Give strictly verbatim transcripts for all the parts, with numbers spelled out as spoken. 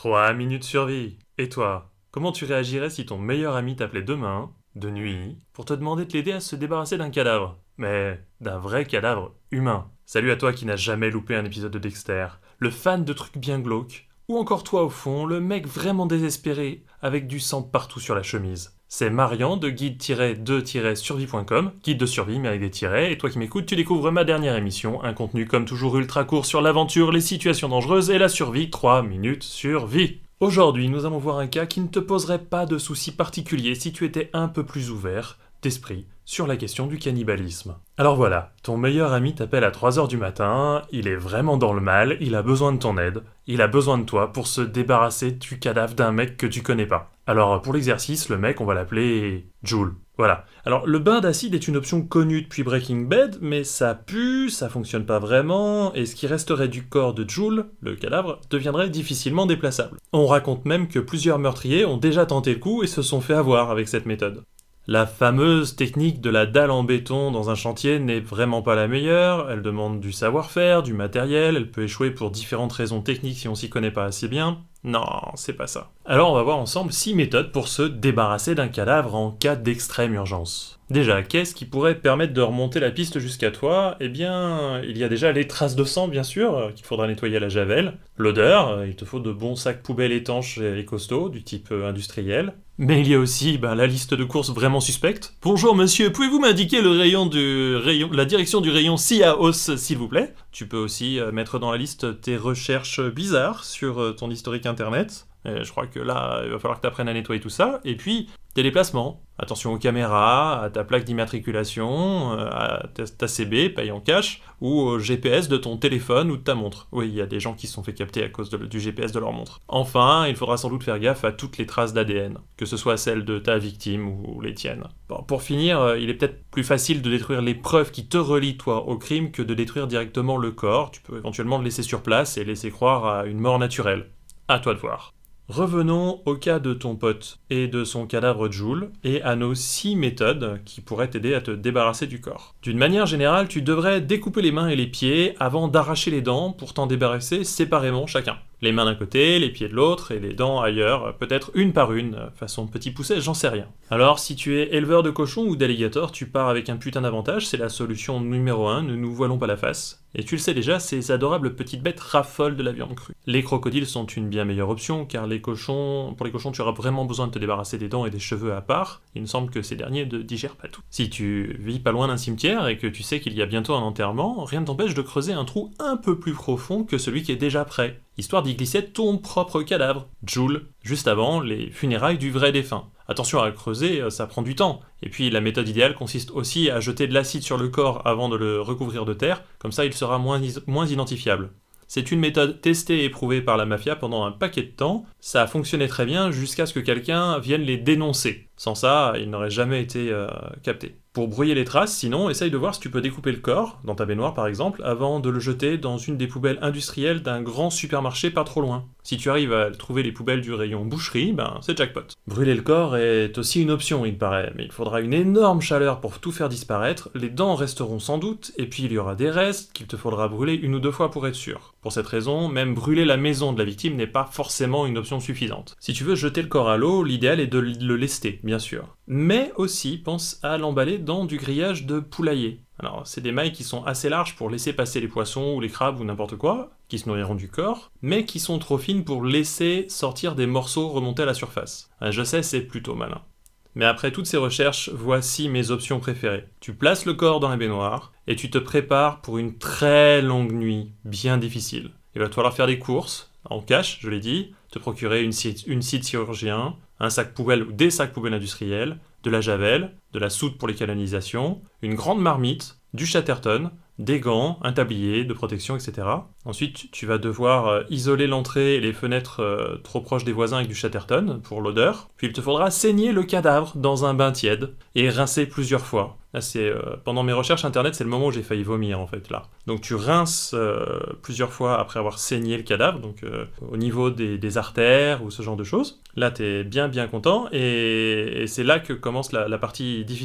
Trois minutes survie. Et toi, comment tu réagirais si ton meilleur ami t'appelait demain, de nuit, pour te demander de l'aider à se débarrasser d'un cadavre? Mais d'un vrai cadavre humain. Salut à toi qui n'as jamais loupé un épisode de Dexter, le fan de trucs bien glauques, ou encore toi au fond, le mec vraiment désespéré, avec du sang partout sur la chemise. C'est Marian de guide deux survie point com, guide de survie mais avec des tirets, et toi qui m'écoutes, tu découvres ma dernière émission, un contenu comme toujours ultra court sur l'aventure, les situations dangereuses et la survie, trois minutes survie. Aujourd'hui, nous allons voir un cas qui ne te poserait pas de soucis particuliers si tu étais un peu plus ouvert d'esprit sur la question du cannibalisme. Alors voilà, ton meilleur ami t'appelle à trois heures du matin, il est vraiment dans le mal, il a besoin de ton aide, il a besoin de toi pour se débarrasser du cadavre d'un mec que tu connais pas. Alors pour l'exercice, le mec, on va l'appeler Jules. Voilà. Alors le bain d'acide est une option connue depuis Breaking Bad, mais ça pue, ça fonctionne pas vraiment, et ce qui resterait du corps de Jules, le cadavre, deviendrait difficilement déplaçable. On raconte même que plusieurs meurtriers ont déjà tenté le coup et se sont fait avoir avec cette méthode. La fameuse technique de la dalle en béton dans un chantier n'est vraiment pas la meilleure, elle demande du savoir-faire, du matériel, elle peut échouer pour différentes raisons techniques si on s'y connaît pas assez bien. Non, c'est pas ça. Alors on va voir ensemble six méthodes pour se débarrasser d'un cadavre en cas d'extrême urgence. Déjà, qu'est-ce qui pourrait permettre de remonter la piste jusqu'à toi? Eh bien, il y a déjà les traces de sang, bien sûr, qu'il faudra nettoyer à la javel. L'odeur, il te faut de bons sacs poubelles étanches et costauds, du type industriel. Mais il y a aussi ben, la liste de courses vraiment suspecte. Bonjour monsieur, pouvez-vous m'indiquer le rayon du rayon, la direction du rayon Siaos, s'il vous plaît? Tu peux aussi euh, mettre dans la liste tes recherches bizarres sur euh, ton historique internet. Et je crois que là, il va falloir que tu apprennes à nettoyer tout ça. Et puis, tes déplacements. Attention aux caméras, à ta plaque d'immatriculation, à ta, ta C B, paye en cash, ou au G P S de ton téléphone ou de ta montre. Oui, il y a des gens qui se sont fait capter à cause de, du G P S de leur montre. Enfin, il faudra sans doute faire gaffe à toutes les traces d'A D N, que ce soit celles de ta victime ou les tiennes. Bon, pour finir, il est peut-être plus facile de détruire les preuves qui te relient, toi, au crime, que de détruire directement le corps. Tu peux éventuellement le laisser sur place et laisser croire à une mort naturelle. À toi de voir. Revenons au cas de ton pote et de son cadavre Jules et à nos six méthodes qui pourraient t'aider à te débarrasser du corps. D'une manière générale, tu devrais découper les mains et les pieds avant d'arracher les dents pour t'en débarrasser séparément chacun. Les mains d'un côté, les pieds de l'autre et les dents ailleurs, peut-être une par une, façon petit pousset, j'en sais rien. Alors si tu es éleveur de cochons ou d'alligators, tu pars avec un putain d'avantage, c'est la solution numéro un, ne nous voilons pas la face. Et tu le sais déjà, ces adorables petites bêtes raffolent de la viande crue. Les crocodiles sont une bien meilleure option, car les cochons, pour les cochons tu auras vraiment besoin de te débarrasser des dents et des cheveux à part, il me semble que ces derniers ne digèrent pas tout. Si tu vis pas loin d'un cimetière et que tu sais qu'il y a bientôt un enterrement, rien ne t'empêche de creuser un trou un peu plus profond que celui qui est déjà prêt, histoire d'y glisser ton propre cadavre, Jules, juste avant les funérailles du vrai défunt. Attention à creuser, ça prend du temps. Et puis la méthode idéale consiste aussi à jeter de l'acide sur le corps avant de le recouvrir de terre, comme ça il sera moins, moins identifiable. C'est une méthode testée et éprouvée par la mafia pendant un paquet de temps, ça a fonctionné très bien jusqu'à ce que quelqu'un vienne les dénoncer. Sans ça, ils n'auraient jamais été euh, captés. Pour brouiller les traces, sinon, essaye de voir si tu peux découper le corps, dans ta baignoire par exemple, avant de le jeter dans une des poubelles industrielles d'un grand supermarché pas trop loin. Si tu arrives à trouver les poubelles du rayon boucherie, ben c'est jackpot. Brûler le corps est aussi une option, il paraît, mais il faudra une énorme chaleur pour tout faire disparaître, les dents resteront sans doute, et puis il y aura des restes qu'il te faudra brûler une ou deux fois pour être sûr. Pour cette raison, même brûler la maison de la victime n'est pas forcément une option suffisante. Si tu veux jeter le corps à l'eau, l'idéal est de le lester, bien sûr. Mais aussi, pense à l'emballer dans du grillage de poulailler. Alors, c'est des mailles qui sont assez larges pour laisser passer les poissons ou les crabes ou n'importe quoi, qui se nourriront du corps, mais qui sont trop fines pour laisser sortir des morceaux remonter à la surface. Je sais, c'est plutôt malin. Mais après toutes ces recherches, voici mes options préférées. Tu places le corps dans la baignoire, et tu te prépares pour une très longue nuit, bien difficile. Il va te falloir faire des courses, en cash, je l'ai dit, te procurer une scie, une scie de chirurgien, un sac poubelle ou des sacs poubelles industriels, de la javel, de la soude pour les canalisations, une grande marmite, du Chatterton, des gants, un tablier de protection, et cetera. Ensuite, tu vas devoir euh, isoler l'entrée et les fenêtres euh, trop proches des voisins avec du Chatterton pour l'odeur. Puis il te faudra saigner le cadavre dans un bain tiède et rincer plusieurs fois. Là, c'est euh, pendant mes recherches internet, c'est le moment où j'ai failli vomir en fait là. Donc tu rinces euh, plusieurs fois après avoir saigné le cadavre, donc euh, au niveau des, des artères ou ce genre de choses. Là, t'es bien bien content et, et c'est là que commence la, la partie difficile.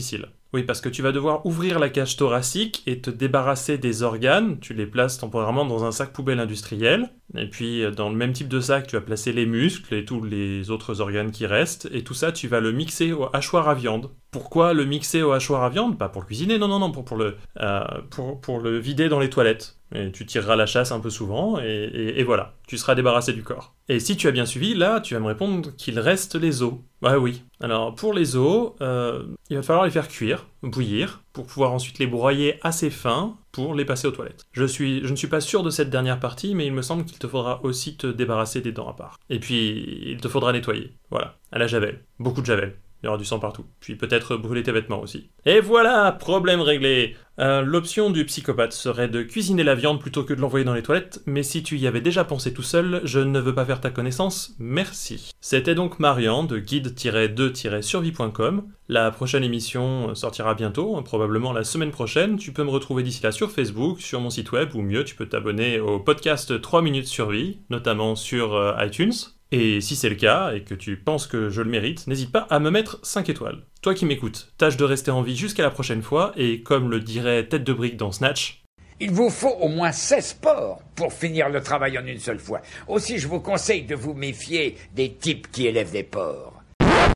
Oui, parce que tu vas devoir ouvrir la cage thoracique et te débarrasser des organes. Tu les places temporairement dans un sac poubelle industriel. Et puis, dans le même type de sac, tu vas placer les muscles et tous les autres organes qui restent. Et tout ça, tu vas le mixer au hachoir à viande. Pourquoi le mixer au hachoir à viande? Pas pour le cuisiner, non, non, non, pour, pour, le, euh, pour, pour le vider dans les toilettes. Et tu tireras la chasse un peu souvent, et, et, et voilà, tu seras débarrassé du corps. Et si tu as bien suivi, là, tu vas me répondre qu'il reste les os. Ouais, oui. Alors, pour les os, euh, il va falloir les faire cuire, bouillir, pour pouvoir ensuite les broyer assez fins pour les passer aux toilettes. Je, suis, je ne suis pas sûr de cette dernière partie, mais il me semble qu'il te faudra aussi te débarrasser des dents à part. Et puis, il te faudra nettoyer. Voilà, à la javel. Beaucoup de javel. Il y aura du sang partout. Puis peut-être brûler tes vêtements aussi. Et voilà, problème réglé. Euh, L'option du psychopathe serait de cuisiner la viande plutôt que de l'envoyer dans les toilettes, mais si tu y avais déjà pensé tout seul, je ne veux pas faire ta connaissance, merci. C'était donc Marian de guide tiret deux tiret survie point com. La prochaine émission sortira bientôt, probablement la semaine prochaine. Tu peux me retrouver d'ici là sur Facebook, sur mon site web, ou mieux, tu peux t'abonner au podcast trois minutes survie, notamment sur euh, iTunes. Et si c'est le cas, et que tu penses que je le mérite, n'hésite pas à me mettre cinq étoiles. Toi qui m'écoutes, tâche de rester en vie jusqu'à la prochaine fois, et comme le dirait Tête de Brique dans Snatch... Il vous faut au moins seize porcs pour finir le travail en une seule fois. Aussi, je vous conseille de vous méfier des types qui élèvent des porcs.